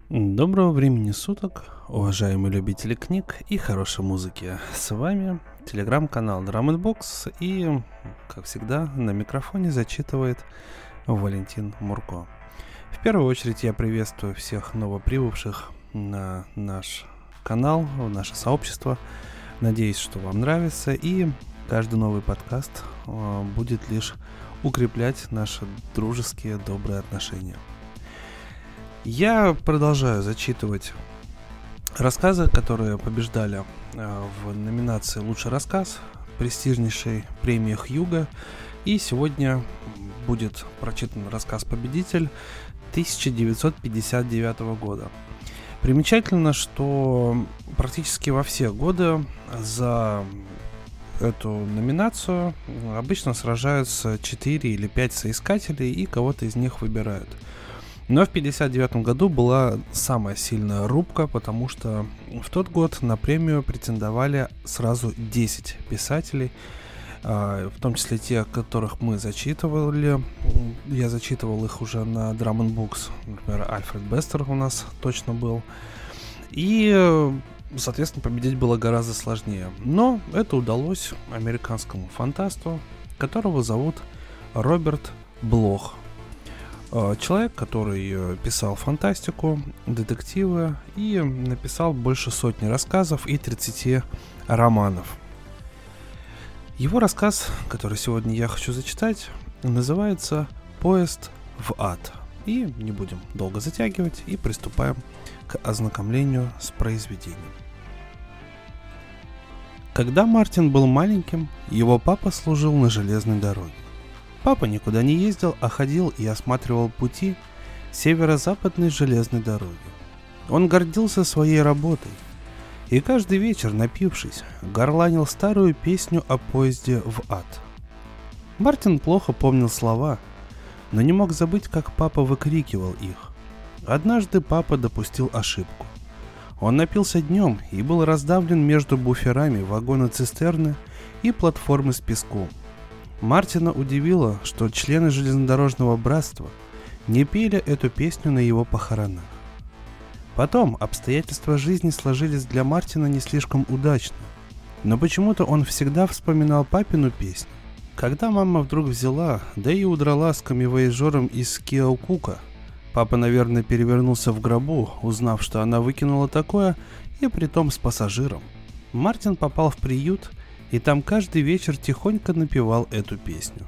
Доброго времени суток, уважаемые любители книг и хорошей музыки. С вами телеграм-канал Drum & Box и, как всегда, на микрофоне зачитывает Валентин Мурко. В первую очередь я приветствую всех новоприбывших на наш канал, в наше сообщество. Надеюсь, что вам нравится, и каждый новый подкаст будет лишь укреплять наши дружеские, добрые отношения. Я продолжаю зачитывать рассказы, которые побеждали в номинации «Лучший рассказ» престижнейшей премии Хьюго. И сегодня будет прочитан рассказ-победитель 1959 года. Примечательно, что практически во все годы за эту номинацию обычно сражаются 4 или 5 соискателей, и кого-то из них выбирают. Но в 1959 году была самая сильная рубка, потому что в тот год на премию претендовали сразу 10 писателей, в том числе те, которых мы зачитывали. Я зачитывал их уже на Drum & Books. Например, Альфред Бестер у нас точно был. И, соответственно, победить было гораздо сложнее. Но это удалось американскому фантасту, которого зовут Роберт Блох. Человек, который писал фантастику, детективы и написал больше сотни рассказов и 30 романов. Его рассказ, который сегодня я хочу зачитать, называется «Поезд в ад». И не будем долго затягивать и приступаем к ознакомлению с произведением. Когда Мартин был маленьким, его папа служил на железной дороге. Папа никуда не ездил, а ходил и осматривал пути северо-западной железной дороги. Он гордился своей работой и каждый вечер, напившись, горланил старую песню о поезде в ад. Мартин плохо помнил слова, но не мог забыть, как папа выкрикивал их. Однажды папа допустил ошибку. Он напился днем и был раздавлен между буферами вагона-цистерны и платформы с песком. Мартина удивило, что члены железнодорожного братства не пели эту песню на его похоронах. Потом обстоятельства жизни сложились для Мартина не слишком удачно, но почему-то он всегда вспоминал папину песню. Когда мама вдруг взяла, да и удрала с камевояжером из Кеокука, папа, наверное, перевернулся в гробу, узнав, что она выкинула такое, и притом с пассажиром. Мартин попал в приют, и там каждый вечер тихонько напевал эту песню.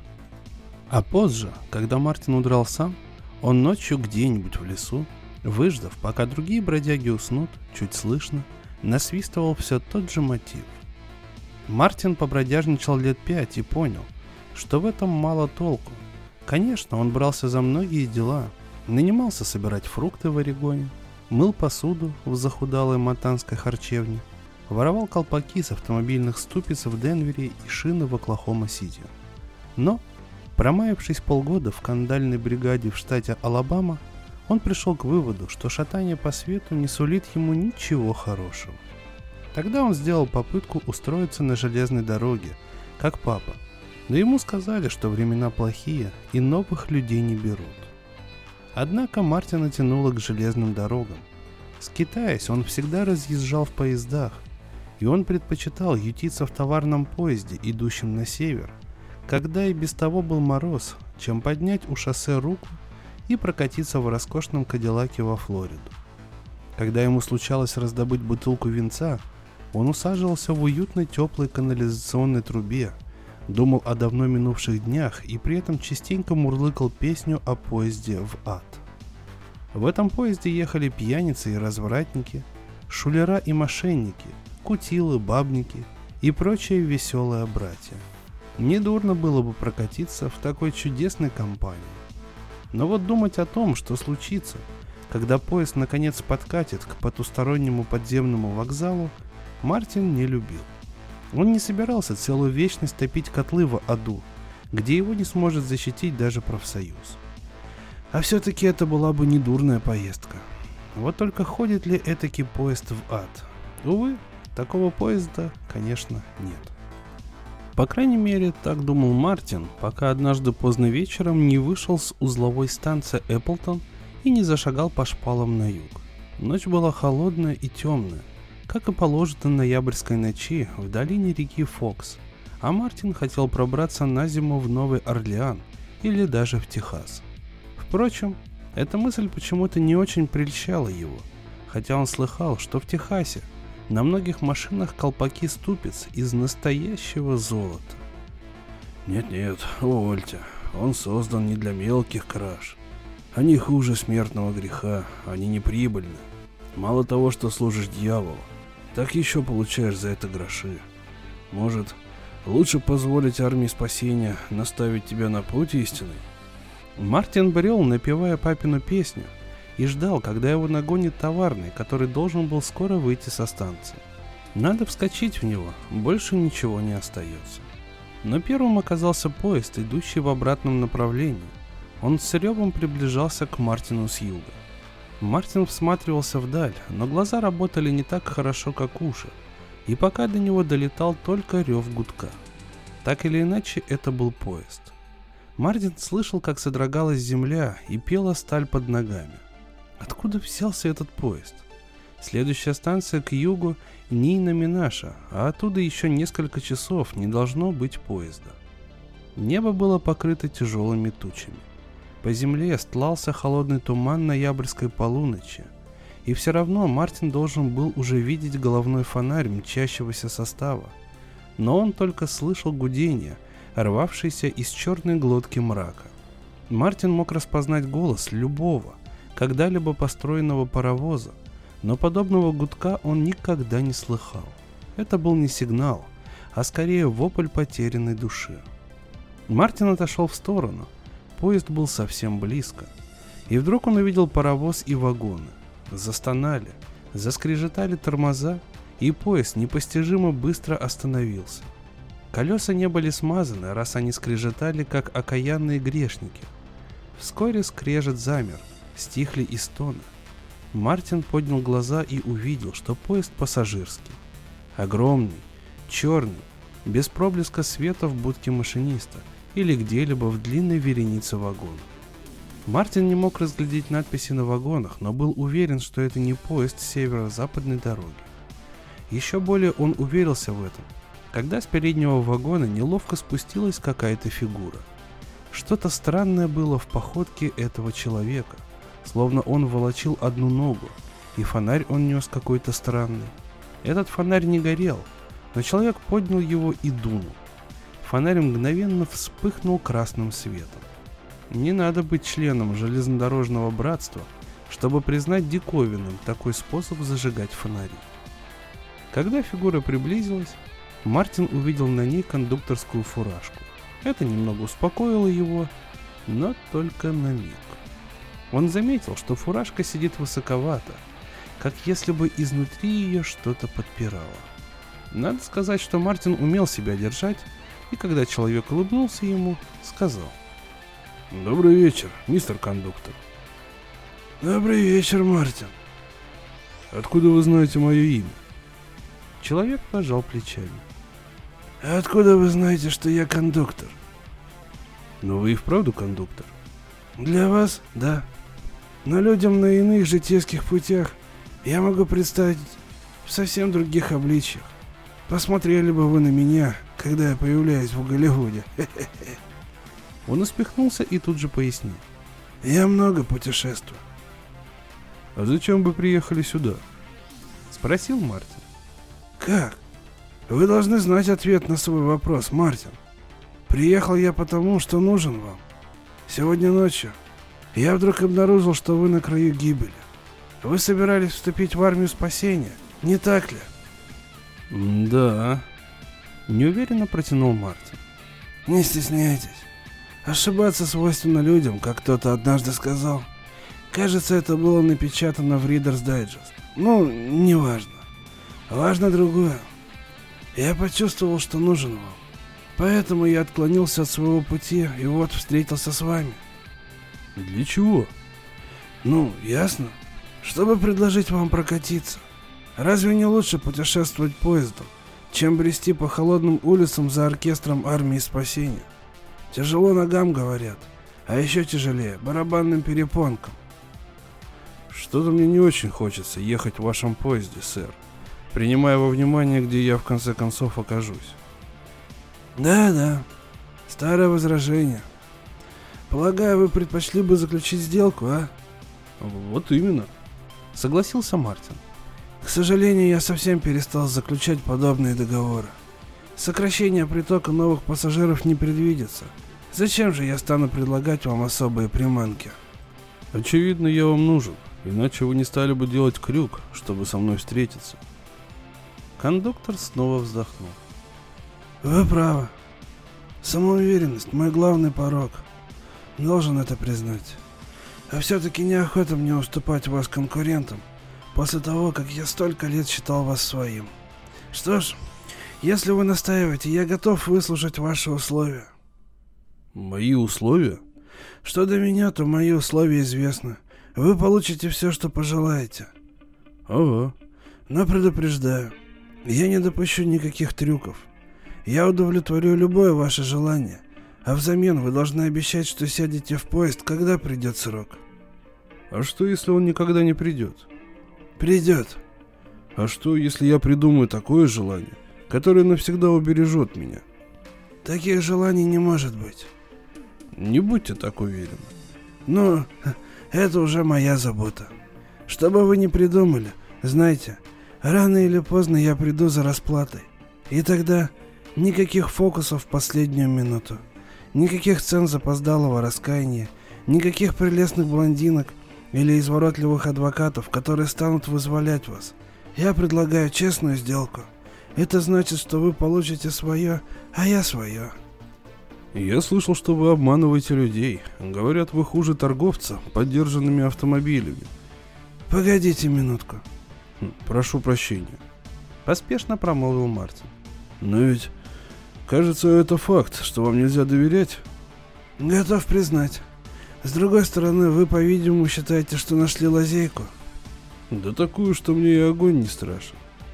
А позже, когда Мартин удрал сам, он ночью где-нибудь в лесу, выждав, пока другие бродяги уснут, чуть слышно, насвистывал все тот же мотив. Мартин побродяжничал лет 5 и понял, что в этом мало толку. Конечно, он брался за многие дела, нанимался собирать фрукты в Орегоне, мыл посуду в захудалой монтанской харчевне, воровал колпаки с автомобильных ступиц в Денвере и шины в Оклахома-Сити. Но, промаявшись полгода в кандальной бригаде в штате Алабама, он пришел к выводу, что шатание по свету не сулит ему ничего хорошего. Тогда он сделал попытку устроиться на железной дороге, как папа, но ему сказали, что времена плохие и новых людей не берут. Однако Мартина тянуло к железным дорогам. Скитаясь, он всегда разъезжал в поездах, и он предпочитал ютиться в товарном поезде, идущем на север, когда и без того был мороз, чем поднять у шоссе руку и прокатиться в роскошном кадиллаке во Флориду. Когда ему случалось раздобыть бутылку винца, он усаживался в уютной теплой канализационной трубе, думал о давно минувших днях и при этом частенько мурлыкал песню о поезде в ад. В этом поезде ехали пьяницы и развратники, шулера и мошенники, кутилы, бабники и прочие веселые братья. Недурно было бы прокатиться в такой чудесной компании. Но вот думать о том, что случится, когда поезд наконец подкатит к потустороннему подземному вокзалу, Мартин не любил. Он не собирался целую вечность топить котлы в аду, где его не сможет защитить даже профсоюз. А все-таки это была бы недурная поездка. Вот только ходит ли этакий поезд в ад? Увы, такого поезда, конечно, нет. По крайней мере, так думал Мартин, пока однажды поздно вечером не вышел с узловой станции Эпплтон и не зашагал по шпалам на юг. Ночь была холодная и темная, как и положено ноябрьской ночи в долине реки Фокс, а Мартин хотел пробраться на зиму в Новый Орлеан или даже в Техас. Впрочем, эта мысль почему-то не очень прельщала его, хотя он слыхал, что в Техасе на многих машинах колпаки ступиц из настоящего золота. Нет, увольте, он создан не для мелких краж. Они хуже смертного греха, они неприбыльны. Мало того, что служишь дьяволу, так еще получаешь за это гроши. Может, лучше позволить армии спасения наставить тебя на путь истинный? Мартин брел, напевая папину песню, и ждал, когда его нагонит товарный, который должен был скоро выйти со станции. Надо вскочить в него, больше ничего не остается. Но первым оказался поезд, идущий в обратном направлении. Он с ревом приближался к Мартину с юга. Мартин всматривался вдаль, но глаза работали не так хорошо, как уши, и пока до него долетал только рев гудка. Так или иначе, это был поезд. Мартин слышал, как содрогалась земля и пела сталь под ногами. Откуда взялся этот поезд? Следующая станция к югу Нейна-Минаша, а оттуда еще несколько часов не должно быть поезда. Небо было покрыто тяжелыми тучами. По земле стлался холодный туман ноябрьской полуночи, и все равно Мартин должен был уже видеть головной фонарь мчащегося состава. Но он только слышал гудение, рвавшееся из черной глотки мрака. Мартин мог распознать голос любого, когда-либо построенного паровоза, но подобного гудка он никогда не слыхал. Это был не сигнал, а скорее вопль потерянной души. Мартин отошел в сторону. Поезд был совсем близко. И вдруг он увидел паровоз и вагоны. Застонали, заскрежетали тормоза, и поезд непостижимо быстро остановился. Колеса не были смазаны, раз они скрежетали, как окаянные грешники. Вскоре скрежет замер, стихли и стоны. Мартин поднял глаза и увидел, что поезд пассажирский. Огромный, черный, без проблеска света в будке машиниста или где-либо в длинной веренице вагонов. Мартин не мог разглядеть надписи на вагонах, но был уверен, что это не поезд северо-западной дороги. Еще более он уверился в этом, когда с переднего вагона неловко спустилась какая-то фигура. Что-то странное было в походке этого человека, словно он волочил одну ногу, и фонарь он нес какой-то странный. Этот фонарь не горел, но человек поднял его и дунул. Фонарь мгновенно вспыхнул красным светом. Не надо быть членом железнодорожного братства, чтобы признать диковинным такой способ зажигать фонари. Когда фигура приблизилась, Мартин увидел на ней кондукторскую фуражку. Это немного успокоило его, но только на миг. Он заметил, что фуражка сидит высоковато, как если бы изнутри ее что-то подпирало. Надо сказать, что Мартин умел себя держать, и когда человек улыбнулся ему, сказал: «Добрый вечер, мистер кондуктор». «Добрый вечер, Мартин». «Откуда вы знаете мое имя?» Человек пожал плечами. «А откуда вы знаете, что я кондуктор?» «Но вы и вправду кондуктор?» «Для вас, да. Но людям на иных житейских путях я могу представить в совсем других обличьях. Посмотрели бы вы на меня, когда я появляюсь в Голливуде». Он усмехнулся и тут же пояснил: «Я много путешествую». «А зачем вы приехали сюда?» — спросил Мартин. «Как? Вы должны знать ответ на свой вопрос, Мартин. Приехал я потому, что нужен вам. Сегодня ночью я вдруг обнаружил, что вы на краю гибели. Вы собирались вступить в армию спасения, не так ли?» «Да», — неуверенно протянул Мартин. «Не стесняйтесь. Ошибаться свойственно людям, как кто-то однажды сказал. Кажется, это было напечатано в Reader's Digest. Ну, неважно. Важно другое. Я почувствовал, что нужен вам. Поэтому я отклонился от своего пути и вот встретился с вами». «Для чего?» «Ну, ясно. Чтобы предложить вам прокатиться. Разве не лучше путешествовать поездом, чем брести по холодным улицам за оркестром армии спасения? Тяжело ногам, говорят, а еще тяжелее барабанным перепонкам». Что-то мне не очень хочется ехать в вашем поезде, сэр, принимая во внимание, где я в конце концов окажусь. Да, старое возражение. Полагаю, вы предпочли бы заключить сделку, а? Вот именно, согласился Мартин. К сожалению, я совсем перестал заключать подобные договоры. Сокращение притока новых пассажиров не предвидится. Зачем же я стану предлагать вам особые приманки? Очевидно, я вам нужен, иначе вы не стали бы делать крюк, чтобы со мной встретиться. Кондуктор снова вздохнул. Вы правы. Самоуверенность – мой главный порок. Должен это признать. А все-таки неохота мне уступать вас конкурентам, после того, как я столько лет считал вас своим. Что ж, если вы настаиваете, я готов выслушать ваши условия. Мои условия? Что до меня, то мои условия известны. Вы получите все, что пожелаете. Ага. Но предупреждаю, я не допущу никаких трюков. Я удовлетворю любое ваше желание, а взамен вы должны обещать, что сядете в поезд, когда придет срок. А что, если он никогда не придет? Придет. А что, если я придумаю такое желание, которое навсегда убережет меня? Таких желаний не может быть. Не будьте так уверены. Ну, это уже моя забота. Что бы вы ни придумали, знайте, рано или поздно я приду за расплатой. И тогда никаких фокусов в последнюю минуту, никаких сцен запоздалого раскаяния, никаких прелестных блондинок или изворотливых адвокатов, которые станут вызволять вас. Я предлагаю честную сделку. Это значит, что вы получите свое, а я свое. Я слышал, что вы обманываете людей. Говорят, вы хуже торговца подержанными автомобилями. Погодите минутку. Прошу прощения. Поспешно промолвил Мартин. Но ведь, кажется, это факт, что вам нельзя доверять. Готов признать. С другой стороны, вы, по-видимому, считаете, что нашли лазейку. Да такую, что мне и огонь не страшен.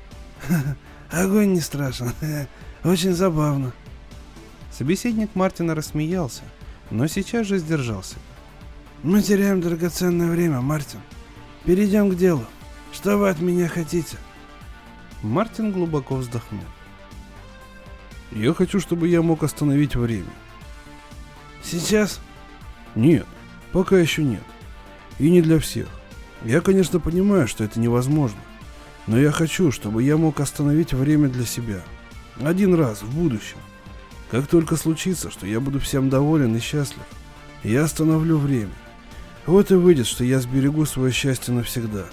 Огонь не страшен. Очень забавно. Собеседник Мартина рассмеялся, но сейчас же сдержался. Мы теряем драгоценное время, Мартин. Перейдем к делу. Что вы от меня хотите? Мартин глубоко вздохнул. Я хочу, чтобы я мог остановить время. Сейчас? Нет, пока еще нет. И не для всех. Я, конечно, понимаю, что это невозможно. Но я хочу, чтобы я мог остановить время для себя. Один раз, в будущем. Как только случится, что я буду всем доволен и счастлив, я остановлю время. Вот и выйдет, что я сберегу свое счастье навсегда.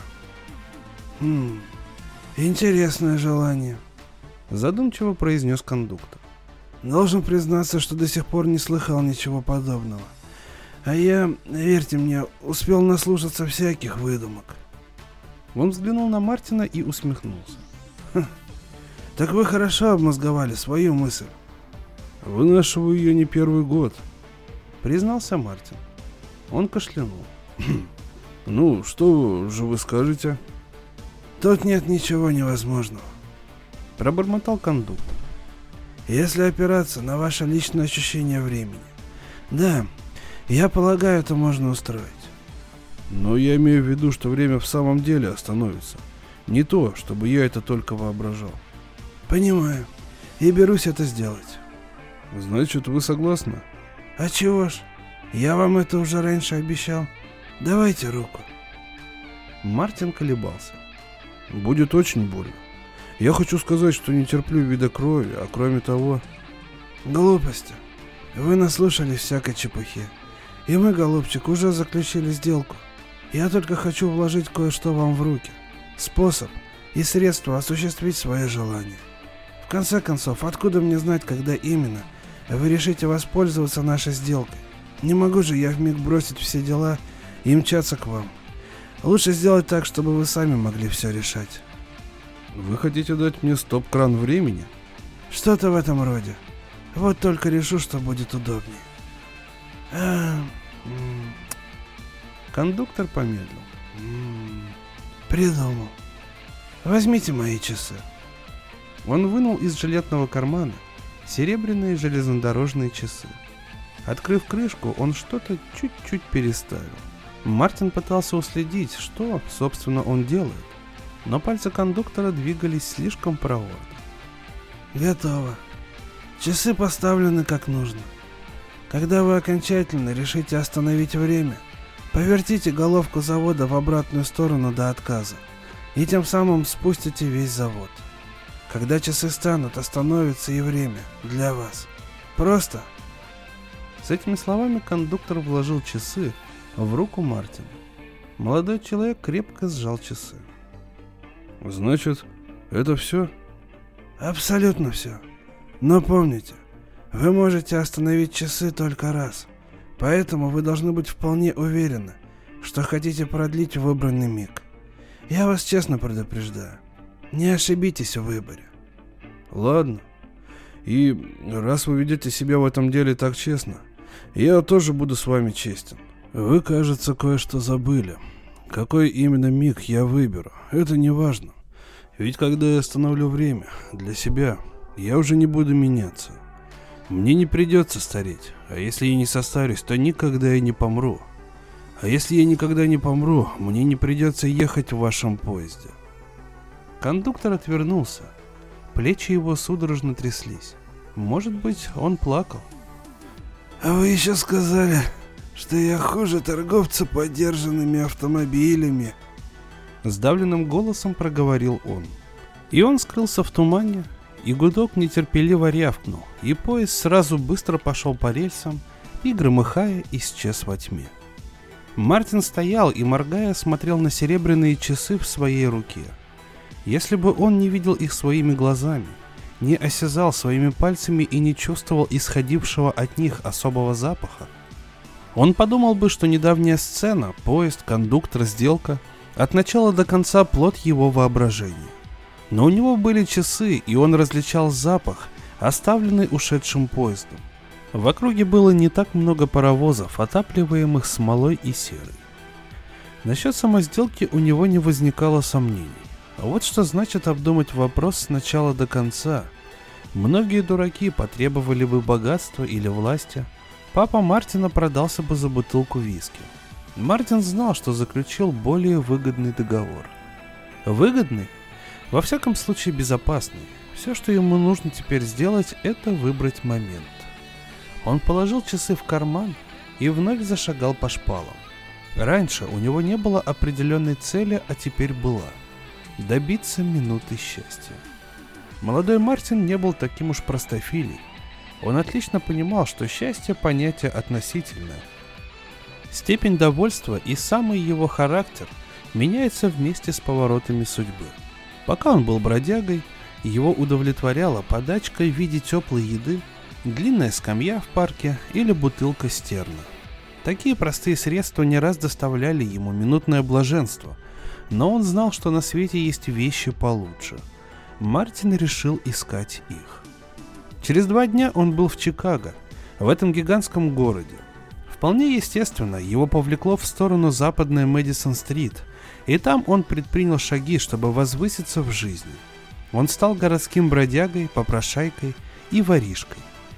Интересное желание, задумчиво произнес кондуктор. Должен признаться, что до сих пор не слыхал ничего подобного. А я, верьте мне, успел наслушаться всяких выдумок. Он взглянул на Мартина и усмехнулся. Так вы хорошо обмозговали свою мысль. Вынашиваю ее не первый год, признался Мартин. Он кашлянул. Ну, что же вы скажете? Тут нет ничего невозможного, пробормотал кондуктор. Если опираться на ваше личное ощущение времени. Да, я полагаю, это можно устроить. Но я имею в виду, что время в самом деле остановится. Не то, чтобы я это только воображал. Понимаю. И берусь это сделать. Значит, вы согласны? А чего ж? Я вам это уже раньше обещал. Давайте руку. Мартин колебался. Будет очень больно. Я хочу сказать, что не терплю вида крови, а кроме того... Глупости. Вы наслушались всякой чепухи. И мы, голубчик, уже заключили сделку. Я только хочу вложить кое-что вам в руки. Способ и средства осуществить свое желание. В конце концов, откуда мне знать, когда именно вы решите воспользоваться нашей сделкой? Не могу же я вмиг бросить все дела и мчаться к вам. Лучше сделать так, чтобы вы сами могли все решать. Вы хотите дать мне стоп-кран времени? Что-то в этом роде. Вот только решу, что будет удобнее. Кондуктор помедлил. Придумал. Возьмите мои часы. Он вынул из жилетного кармана серебряные железнодорожные часы. Открыв крышку, он что-то чуть-чуть переставил. Мартин пытался уследить, что, собственно, он делает, но пальцы кондуктора двигались слишком проворно. Готово. Часы поставлены как нужно. Когда вы окончательно решите остановить время, повертите головку завода в обратную сторону до отказа, и тем самым спустите весь завод. Когда часы станут, остановится и время для вас. Просто. С этими словами кондуктор вложил часы в руку Мартина. Молодой человек крепко сжал часы. Значит, это все? Абсолютно все. Но помните, вы можете остановить часы только раз. Поэтому вы должны быть вполне уверены, что хотите продлить выбранный миг. Я вас честно предупреждаю. Не ошибитесь в выборе. Ладно. И раз вы ведете себя в этом деле так честно, я тоже буду с вами честен. Вы, кажется, кое-что забыли. Какой именно миг я выберу, это не важно. Ведь когда я остановлю время для себя, я уже не буду меняться. Мне не придется стареть, а если я не состарюсь, то никогда я не помру. А если я никогда не помру, мне не придется ехать в вашем поезде. Кондуктор отвернулся. Плечи его судорожно тряслись. Может быть, он плакал. А вы еще сказали, что я хуже торговца подержанными автомобилями. Сдавленным голосом проговорил он. И он скрылся в тумане, и гудок нетерпеливо рявкнул, и поезд сразу быстро пошел по рельсам и, громыхая, исчез во тьме. Мартин стоял и, моргая, смотрел на серебряные часы в своей руке. Если бы он не видел их своими глазами, не осязал своими пальцами и не чувствовал исходившего от них особого запаха, он подумал бы, что недавняя сцена, поезд, кондуктор, сделка от начала до конца плод его воображения. Но у него были часы, и он различал запах, оставленный ушедшим поездом. В округе было не так много паровозов, отапливаемых смолой и серой. Насчет самой сделки у него не возникало сомнений. А вот что значит обдумать вопрос с начала до конца. Многие дураки потребовали бы богатства или власти. Папа Мартина продался бы за бутылку виски. Мартин знал, что заключил более выгодный договор. Выгодный? Во всяком случае безопасный. Все, что ему нужно теперь сделать, это выбрать момент. Он положил часы в карман и вновь зашагал по шпалам. Раньше у него не было определенной цели, а теперь была. Добиться минуты счастья. Молодой Мартин не был таким уж простофилей. Он отлично понимал, что счастье – понятие относительное. Степень довольства и самый его характер меняется вместе с поворотами судьбы. Пока он был бродягой, его удовлетворяла подачка в виде теплой еды, длинная скамья в парке или бутылка стерна. Такие простые средства не раз доставляли ему минутное блаженство, но он знал, что на свете есть вещи получше. Мартин решил искать их. Через 2 дня он был в Чикаго, в этом гигантском городе. Вполне естественно, его повлекло в сторону западной Мэдисон-стрит, и там он предпринял шаги, чтобы возвыситься в жизни. Он стал городским бродягой, попрошайкой и воришкой.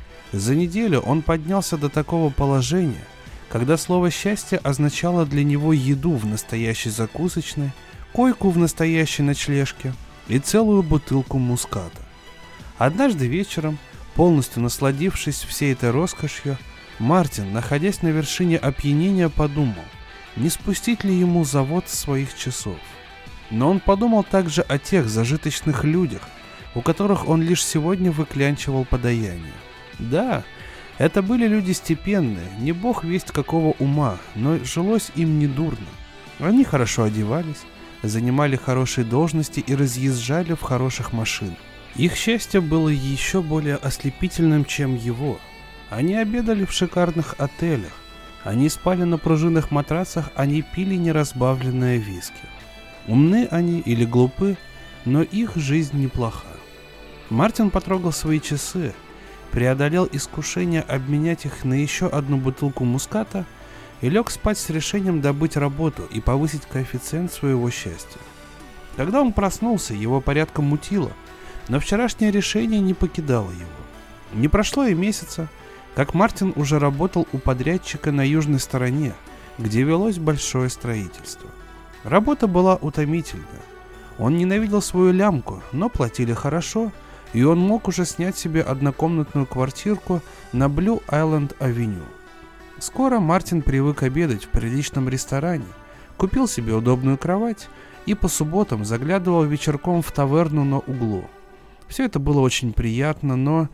За неделю он поднялся до такого положения, когда слово «счастье» означало для него еду в настоящей закусочной, койку в настоящей ночлежке и целую бутылку муската. Однажды вечером, полностью насладившись всей этой роскошью, Мартин, находясь на вершине опьянения, подумал, не спустить ли ему завод своих часов. Но он подумал также о тех зажиточных людях, у которых он лишь сегодня выклянчивал подаяние. Да, это были люди степенные, не бог весть какого ума, но жилось им недурно. Они хорошо одевались, занимали хорошие должности и разъезжали в хороших машинах. Их счастье было еще более ослепительным, чем его. Они обедали в шикарных отелях, они спали на пружинных матрацах, они пили неразбавленное виски. Умны они или глупы, но их жизнь неплоха. Мартин потрогал свои часы, преодолел искушение обменять их на еще одну бутылку муската и лег спать с решением добыть работу и повысить коэффициент своего счастья. Когда он проснулся, его порядком мутило, но вчерашнее решение не покидало его. Не прошло и месяца, как Мартин уже работал у подрядчика на южной стороне, где велось большое строительство. Работа была утомительная. Он ненавидел свою лямку, но платили хорошо, и он мог уже снять себе однокомнатную квартирку на Блю-Айленд-авеню. Скоро Мартин привык обедать в приличном ресторане, купил себе удобную кровать и по субботам заглядывал вечерком в таверну на углу. Все это было очень приятно, но...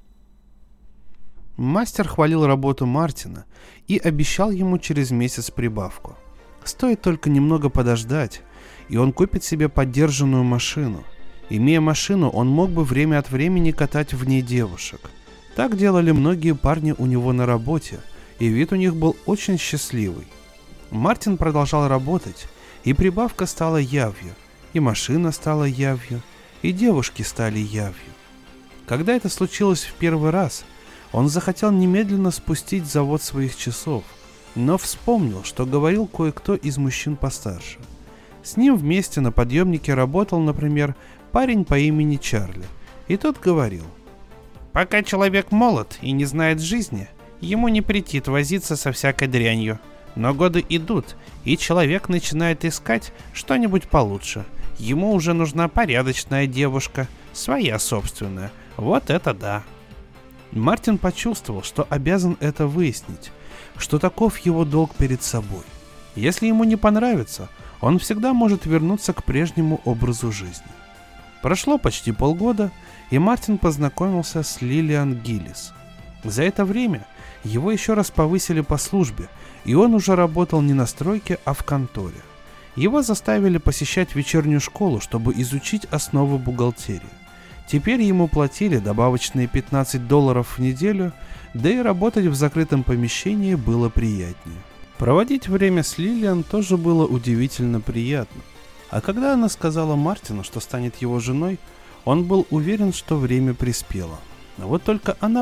Мастер хвалил работу Мартина и обещал ему через месяц прибавку. Стоит только немного подождать, и он купит себе подержанную машину. Имея машину, он мог бы время от времени катать в ней девушек. Так делали многие парни у него на работе, и вид у них был очень счастливый. Мартин продолжал работать, и прибавка стала явью, и машина стала явью, и девушки стали явью. Когда это случилось в первый раз, он захотел немедленно спустить завод своих часов, но вспомнил, что говорил кое-кто из мужчин постарше. С ним вместе на подъемнике работал, например, парень по имени Чарли, и тот говорил: «Пока человек молод и не знает жизни, ему не претит возиться со всякой дрянью. Но годы идут, и человек начинает искать что-нибудь получше. Ему уже нужна порядочная девушка, своя собственная. Вот это да». Мартин почувствовал, что обязан это выяснить, что таков его долг перед собой. Если ему не понравится, он всегда может вернуться к прежнему образу жизни. Прошло почти полгода, и Мартин познакомился с Лилиан Гиллис. За это время его еще раз повысили по службе, и он уже работал не на стройке, а в конторе. Его заставили посещать вечернюю школу, чтобы изучить основы бухгалтерии. Теперь ему платили добавочные $15 в неделю, да и работать в закрытом помещении было приятнее. Проводить время с Лилиан тоже было удивительно приятно. А когда она сказала Мартину, что станет его женой, он был уверен, что время приспело. А вот только она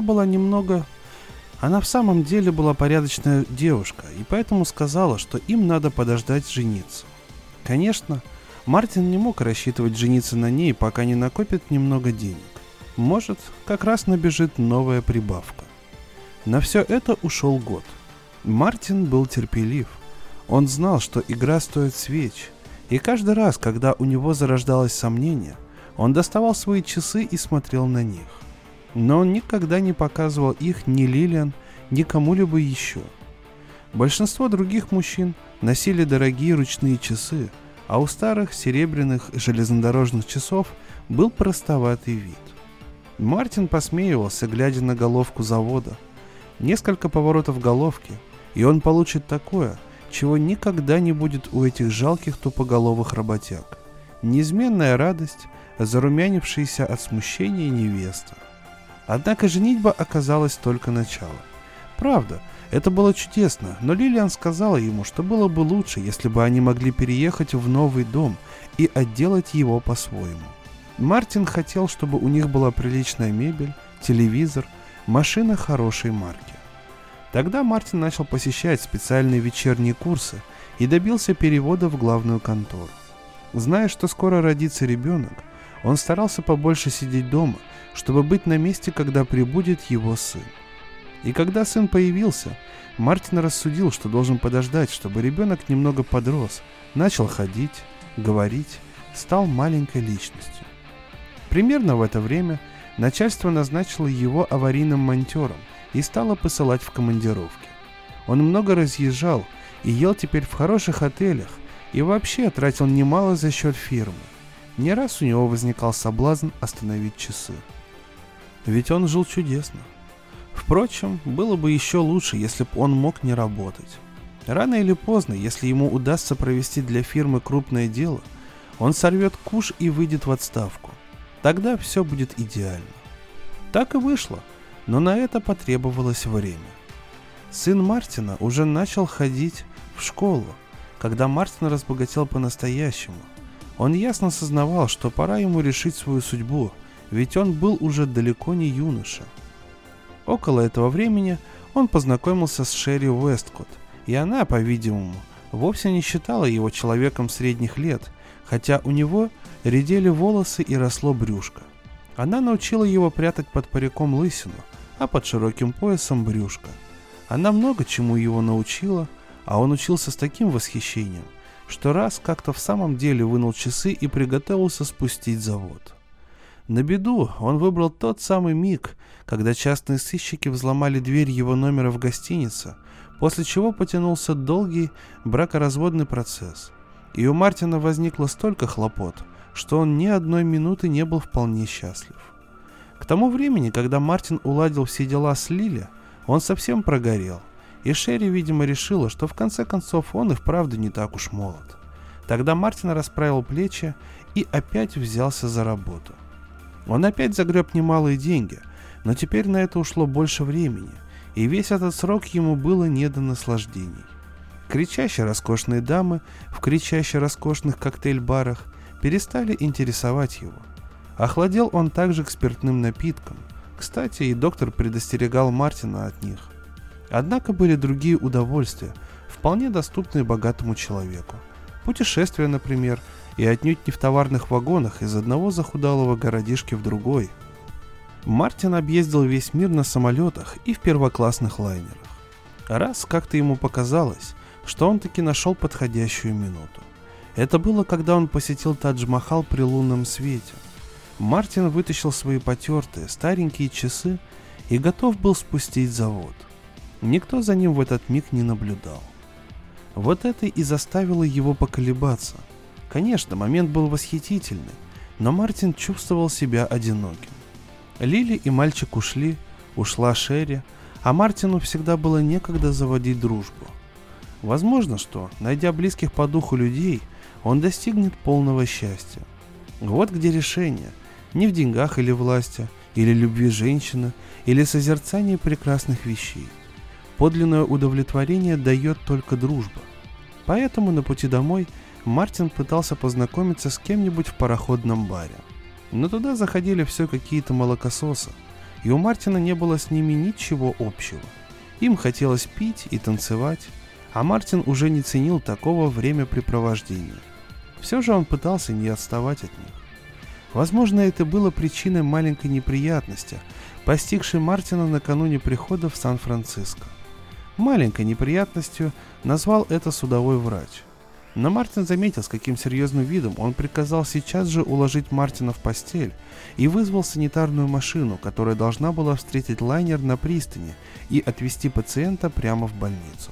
в самом деле была порядочная девушка, и поэтому сказала, что им надо подождать жениться. Конечно, Мартин не мог рассчитывать жениться на ней, пока не накопит немного денег. Может, как раз набежит новая прибавка. На все это ушел год. Мартин был терпелив. Он знал, что игра стоит свеч, и каждый раз, когда у него зарождалось сомнение, он доставал свои часы и смотрел на них. Но он никогда не показывал их ни Лилиан, ни кому-либо еще. Большинство других мужчин носили дорогие ручные часы, а у старых серебряных железнодорожных часов был простоватый вид. Мартин посмеивался, глядя на головку завода. Несколько поворотов головки, и он получит такое, чего никогда не будет у этих жалких тупоголовых работяг. Неизменная радость, зарумянившаяся от смущения невеста. Однако женитьба оказалась только началом. Правда, это было чудесно, но Лилиан сказала ему, что было бы лучше, если бы они могли переехать в новый дом и отделать его по-своему. Мартин хотел, чтобы у них была приличная мебель, телевизор, машина хорошей марки. Тогда Мартин начал посещать специальные вечерние курсы и добился перевода в главную контору. Зная, что скоро родится ребенок, он старался побольше сидеть дома, чтобы быть на месте, когда прибудет его сын. И когда сын появился, Мартин рассудил, что должен подождать, чтобы ребенок немного подрос, начал ходить, говорить, стал маленькой личностью. Примерно в это время начальство назначило его аварийным монтером и стало посылать в командировки. Он много разъезжал и ел теперь в хороших отелях и вообще тратил немало за счет фирмы. Не раз у него возникал соблазн остановить часы. Ведь он жил чудесно. Впрочем, было бы еще лучше, если бы он мог не работать. Рано или поздно, если ему удастся провести для фирмы крупное дело, он сорвет куш и выйдет в отставку. Тогда все будет идеально. Так и вышло, но на это потребовалось время. Сын Мартина уже начал ходить в школу, когда Мартин разбогател по-настоящему. Он ясно сознавал, что пора ему решить свою судьбу, ведь он был уже далеко не юноша. Около этого времени он познакомился с Шерри Уэсткотт, и она, по-видимому, вовсе не считала его человеком средних лет, хотя у него редели волосы и росло брюшко. Она научила его прятать под париком лысину, а под широким поясом брюшко. Она много чему его научила, А он учился с таким восхищением, что раз как-то в самом деле вынул часы и приготовился спустить завод. На беду он выбрал тот самый миг, когда частные сыщики взломали дверь его номера в гостинице, после чего потянулся долгий бракоразводный процесс. И у Мартина возникло столько хлопот, что он ни одной минуты не был вполне счастлив. К тому времени, когда Мартин уладил все дела с Лили, он совсем прогорел, и Шерри, видимо, решила, что в конце концов он и вправду не так уж молод. Тогда Мартин расправил плечи и опять взялся за работу. Он опять загреб немалые деньги, но теперь на это ушло больше времени, и весь этот срок ему было не до наслаждений. Кричащие роскошные дамы в кричаще роскошных коктейль-барах перестали интересовать его. Охладел он также к спиртным напиткам. Кстати, и доктор предостерегал Мартина от них. Однако были другие удовольствия, вполне доступные богатому человеку. Путешествия, например, и отнюдь не в товарных вагонах из одного захудалого городишки в другой. Мартин объездил весь мир на самолетах и в первоклассных лайнерах. Раз как-то ему показалось, что он таки нашел подходящую минуту. Это было, когда он посетил Тадж-Махал при лунном свете. Мартин вытащил свои потертые старенькие часы и готов был спустить завод. Никто за ним в этот миг не наблюдал. Вот это и заставило его поколебаться. Конечно, момент был восхитительный, но Мартин чувствовал себя одиноким. Лили и мальчик ушли, ушла Шерри, а Мартину всегда было некогда заводить дружбу. Возможно, что, найдя близких по духу людей, он достигнет полного счастья. Вот где решение. Не в деньгах или власти, или любви женщины, или созерцании прекрасных вещей. Подлинное удовлетворение дает только дружба. Поэтому на пути домой Мартин пытался познакомиться с кем-нибудь в пароходном баре. Но туда заходили все какие-то молокососы, и у Мартина не было с ними ничего общего. Им хотелось пить и танцевать, а Мартин уже не ценил такого времяпрепровождения. Все же он пытался не отставать от них. Возможно, это было причиной маленькой неприятности, постигшей Мартина накануне прихода в Сан-Франциско. Маленькой неприятностью назвал это судовой врач. Но Мартин заметил, с каким серьезным видом он приказал сейчас же уложить Мартина в постель и вызвал санитарную машину, которая должна была встретить лайнер на пристани и отвезти пациента прямо в больницу.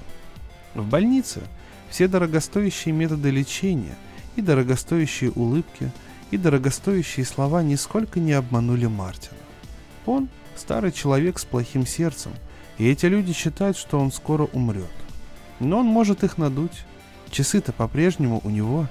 В больнице все дорогостоящие методы лечения и дорогостоящие улыбки и дорогостоящие слова нисколько не обманули Мартина. Он старый человек с плохим сердцем, и эти люди считают, что он скоро умрет. Но он может их надуть. Часы-то по-прежнему у него.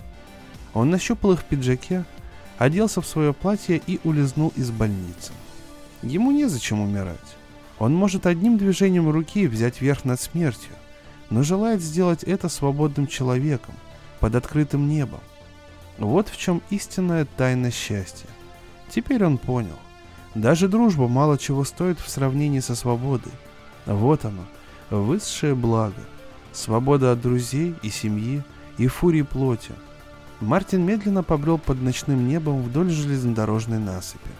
Он нащупал их в пиджаке, оделся в свое платье и улизнул из больницы. Ему незачем умирать. Он может одним движением руки взять верх над смертью, но желает сделать это свободным человеком, под открытым небом. Вот в чем истинная тайна счастья. Теперь он понял. Даже дружба мало чего стоит в сравнении со свободой. Вот оно, высшее благо. Свобода от друзей и семьи, и фурии плоти. Мартин медленно побрел под ночным небом вдоль железнодорожной насыпи.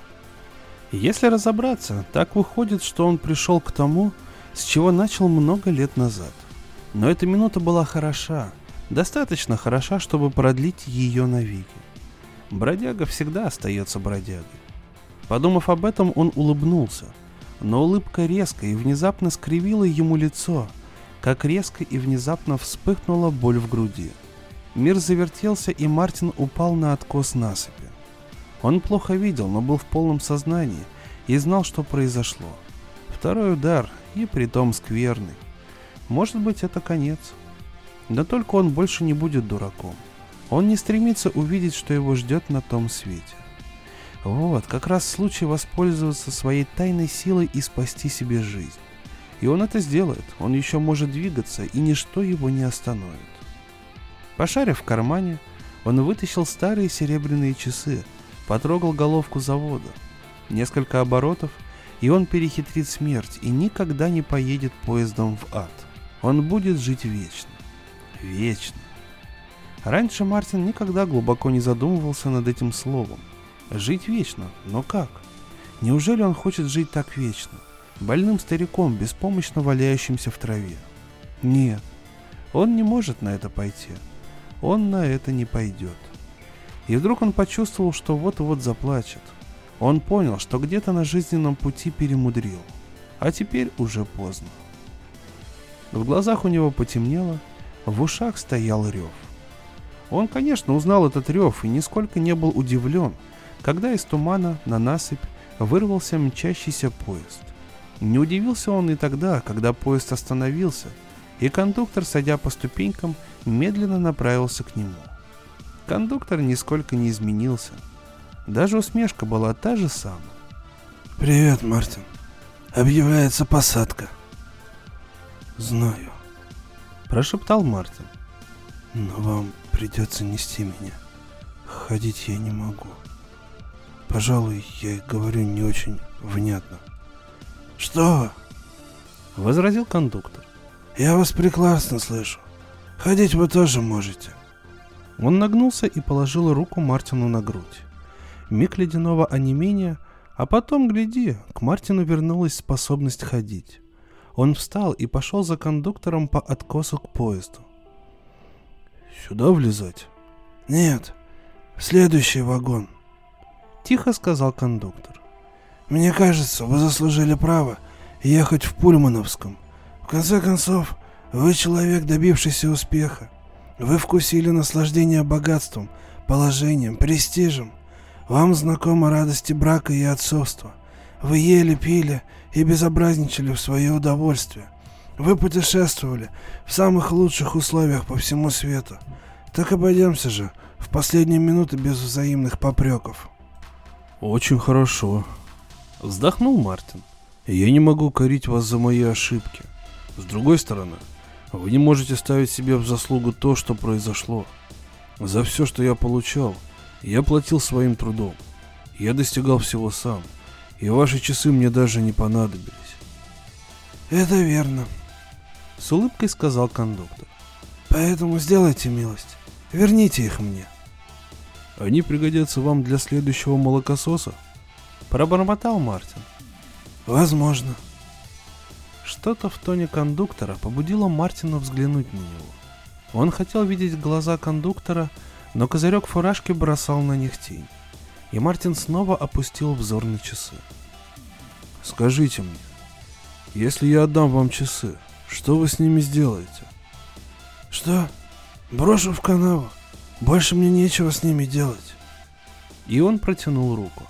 Если разобраться, так выходит, что он пришел к тому, с чего начал много лет назад. Но эта минута была хороша, достаточно хороша, чтобы продлить ее навеки. Бродяга всегда остается бродягой. Подумав об этом, он улыбнулся, но улыбка резко и внезапно скривила ему лицо, как резко и внезапно вспыхнула боль в груди. Мир завертелся, и Мартин упал на откос насыпи. Он плохо видел, но был в полном сознании и знал, что произошло. Второй удар, и притом скверный. Может быть, это конец. Но только он больше не будет дураком. Он не стремится увидеть, что его ждет на том свете. Вот, как раз случай воспользоваться своей тайной силой и спасти себе жизнь. И он это сделает, он еще может двигаться, и ничто его не остановит. Пошарив в кармане, он вытащил старые серебряные часы, потрогал головку завода. Несколько оборотов, и он перехитрит смерть и никогда не поедет поездом в ад. Он будет жить вечно. Вечно. Раньше Мартин никогда глубоко не задумывался над этим словом. Жить вечно, но как? Неужели он хочет жить так вечно? Больным стариком, беспомощно валяющимся в траве? Нет. Он не может на это пойти. Он на это не пойдет. И вдруг он почувствовал, что вот-вот заплачет. Он понял, что где-то на жизненном пути перемудрил. А теперь уже поздно. В глазах у него потемнело, в ушах стоял рев. Он, конечно, узнал этот рев и нисколько не был удивлен, когда из тумана на насыпь вырвался мчащийся поезд. Не удивился он и тогда, когда поезд остановился, и кондуктор, садя по ступенькам, медленно направился к нему. Кондуктор нисколько не изменился. Даже усмешка была та же самая. «Привет, Мартин. Объявляется посадка». «Знаю», — прошептал Мартин. «Но вам придется нести меня. Ходить я не могу. Пожалуй, я говорю не очень внятно». «Что?» — возразил кондуктор. «Я вас прекрасно слышу. Ходить вы тоже можете». Он нагнулся и положил руку Мартину на грудь. Миг ледяного онемения, а потом, гляди, к Мартину вернулась способность ходить. Он встал и пошел за кондуктором по откосу к поезду. «Сюда влезать?» «Нет, в следующий вагон», — тихо сказал кондуктор. «Мне кажется, вы заслужили право ехать в Пульмановском. В конце концов, вы человек, добившийся успеха. Вы вкусили наслаждение богатством, положением, престижем. Вам знакомы радости брака и отцовства. Вы ели, пили и безобразничали в свое удовольствие. Вы путешествовали в самых лучших условиях по всему свету. Так обойдемся же в последние минуты без взаимных попреков». «Очень хорошо», — вздохнул Мартин. «Я не могу корить вас за мои ошибки. С другой стороны, вы не можете ставить себе в заслугу то, что произошло. За все, что я получал, я платил своим трудом. Я достигал всего сам, и ваши часы мне даже не понадобились». «Это верно», — с улыбкой сказал кондуктор. «Поэтому сделайте милость, верните их мне». «Они пригодятся вам для следующего молокососа?» — пробормотал Мартин. «Возможно». Что-то в тоне кондуктора побудило Мартина взглянуть на него. Он хотел видеть глаза кондуктора, но козырек фуражки бросал на них тень, и Мартин снова опустил взор на часы. «Скажите мне, если я отдам вам часы, что вы с ними сделаете?» «Что? Брошу в канаву. Больше мне нечего с ними делать». И он протянул руку.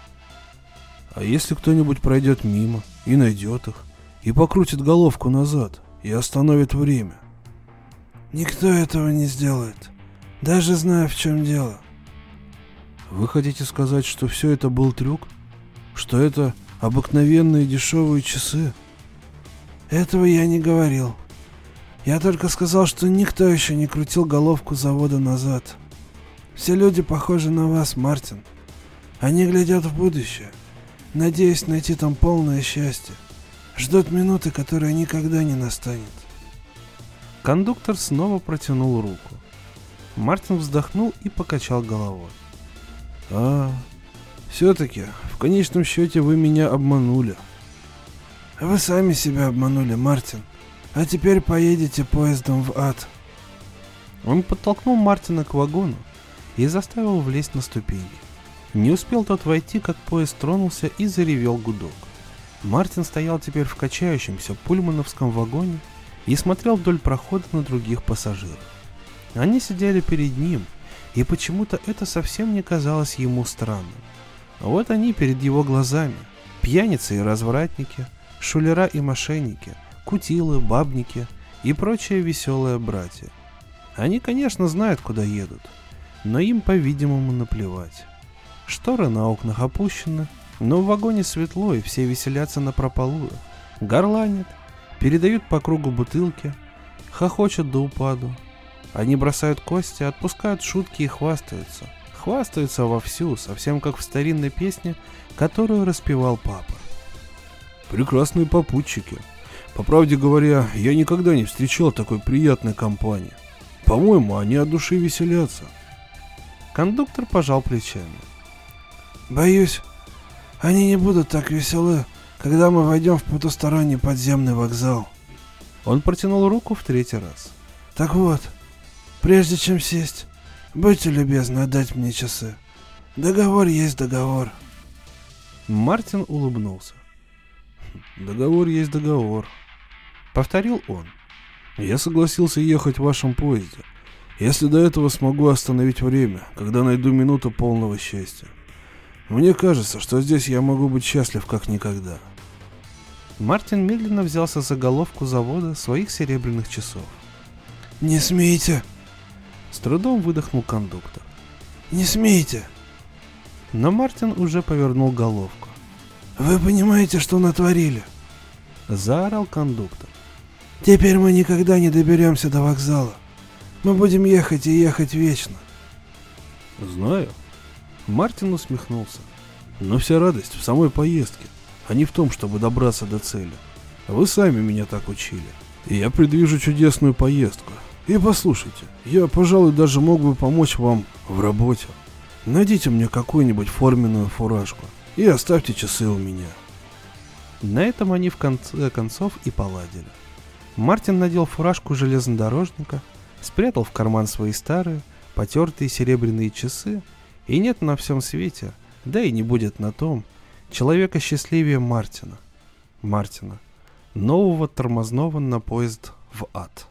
«А если кто-нибудь пройдет мимо и найдет их, и покрутит головку назад, и остановит время?» «Никто этого не сделает, даже зная, в чем дело». «Вы хотите сказать, что все это был трюк? Что это обыкновенные дешевые часы?» «Этого я не говорил. Я только сказал, что никто еще не крутил головку завода назад. Все люди похожи на вас, Мартин. Они глядят в будущее, надеясь найти там полное счастье. Ждут минуты, которая никогда не настанет». Кондуктор снова протянул руку. Мартин вздохнул и покачал головой. Все-таки, в конечном счете, вы меня обманули». «Вы сами себя обманули, Мартин. А теперь поедете поездом в ад». Он подтолкнул Мартина к вагону и заставил влезть на ступеньки. Не успел тот войти, как поезд тронулся и заревел гудок. Мартин стоял теперь в качающемся пульмановском вагоне и смотрел вдоль прохода на других пассажиров. Они сидели перед ним, и почему-то это совсем не казалось ему странным. Вот они перед его глазами, пьяницы и развратники, шулера и мошенники, кутилы, бабники и прочие веселые братья. Они, конечно, знают, куда едут, но им, по-видимому, наплевать. Шторы на окнах опущены, но в вагоне светло, и все веселятся напропалую, горланят, передают по кругу бутылки, хохочут до упаду. Они бросают кости, отпускают шутки и хвастаются. Хвастаются вовсю, совсем как в старинной песне, которую распевал папа. «Прекрасные попутчики. По правде говоря, я никогда не встречал такой приятной компании. По-моему, они от души веселятся». Кондуктор пожал плечами. «Боюсь, они не будут так веселы, когда мы войдем в потусторонний подземный вокзал». Он протянул руку в третий раз. Так вот, прежде чем сесть, будьте любезны отдать мне часы. Договор есть договор. Мартин улыбнулся. Договор есть договор. Повторил он. Я согласился ехать в вашем поезде, если до этого смогу остановить время, когда найду минуту полного счастья. Мне кажется, что здесь я могу быть счастлив как никогда. Мартин медленно взялся за головку завода своих серебряных часов. Не смейте! С трудом выдохнул кондуктор. Не смейте! Но Мартин уже повернул головку. Вы понимаете, что натворили? Заорал кондуктор. Теперь мы никогда не доберемся до вокзала. Мы будем ехать и ехать вечно. Знаю. Мартин усмехнулся. Но вся радость в самой поездке, а не в том, чтобы добраться до цели. Вы сами меня так учили. И я предвижу чудесную поездку. И послушайте, я, пожалуй, даже мог бы помочь вам в работе. Найдите мне какую-нибудь форменную фуражку и оставьте часы у меня. На этом они в конце концов и поладили. Мартин надел фуражку железнодорожника, спрятал в карман свои старые, потертые серебряные часы, и нет на всем свете, да и не будет на том, человека счастливее Мартина, нового тормозного на поезд в ад.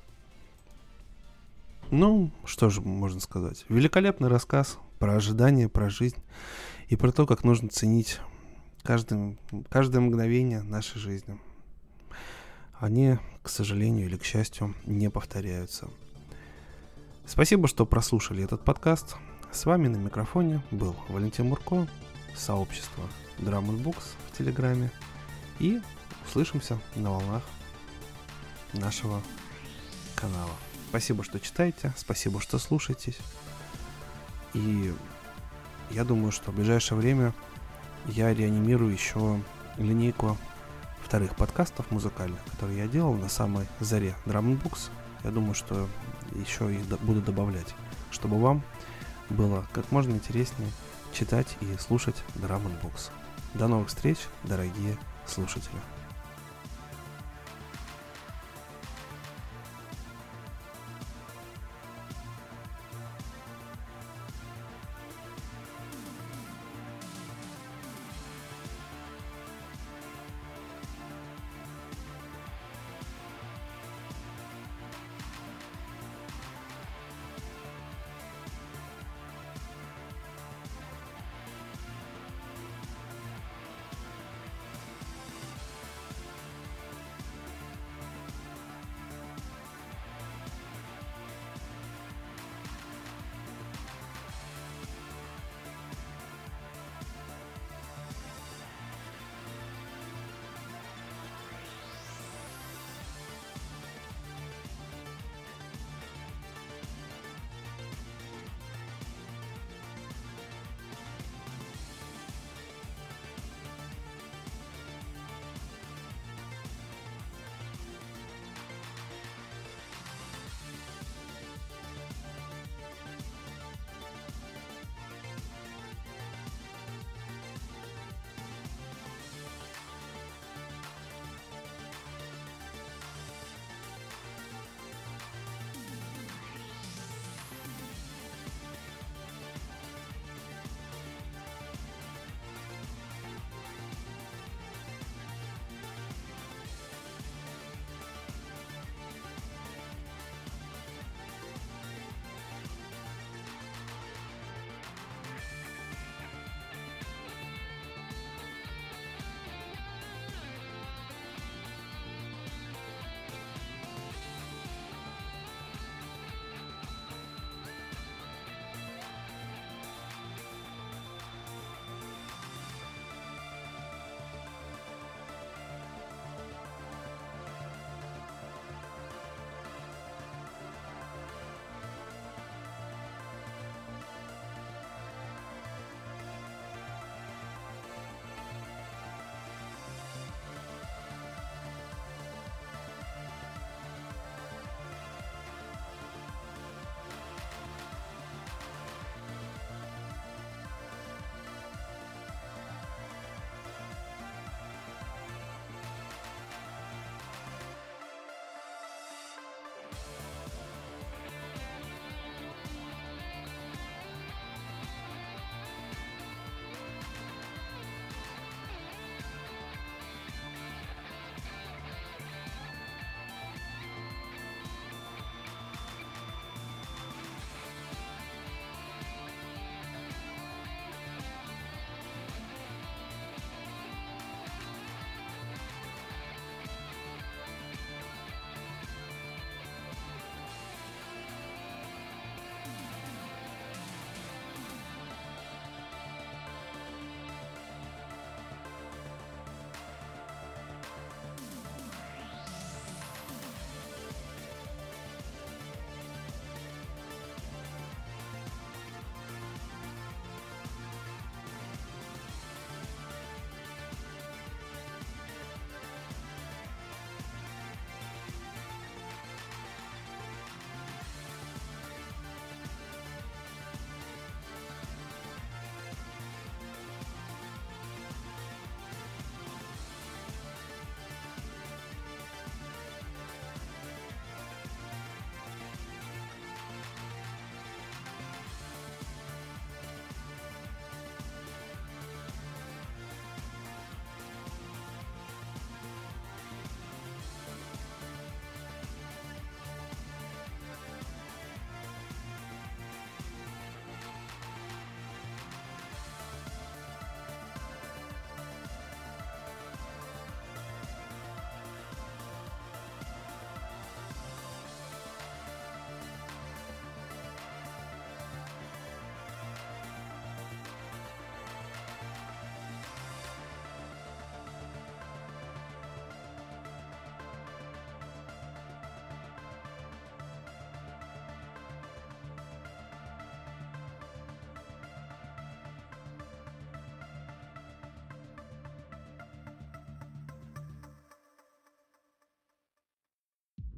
Ну, что же можно сказать. Великолепный рассказ про ожидания, про жизнь и про то, как нужно ценить каждое мгновение нашей жизни. Они, к сожалению или к счастью, не повторяются. Спасибо, что прослушали этот подкаст. С вами на микрофоне был Валентин Мурко, сообщество Drum & Books в Телеграме. И услышимся на волнах нашего канала. Спасибо, что читаете, спасибо, что слушаетесь. И я думаю, что в ближайшее время я реанимирую еще линейку вторых подкастов музыкальных, которые я делал на самой заре Drum & Books. Я думаю, что еще их буду добавлять, чтобы вам было как можно интереснее читать и слушать Drum & Books. До новых встреч, дорогие слушатели.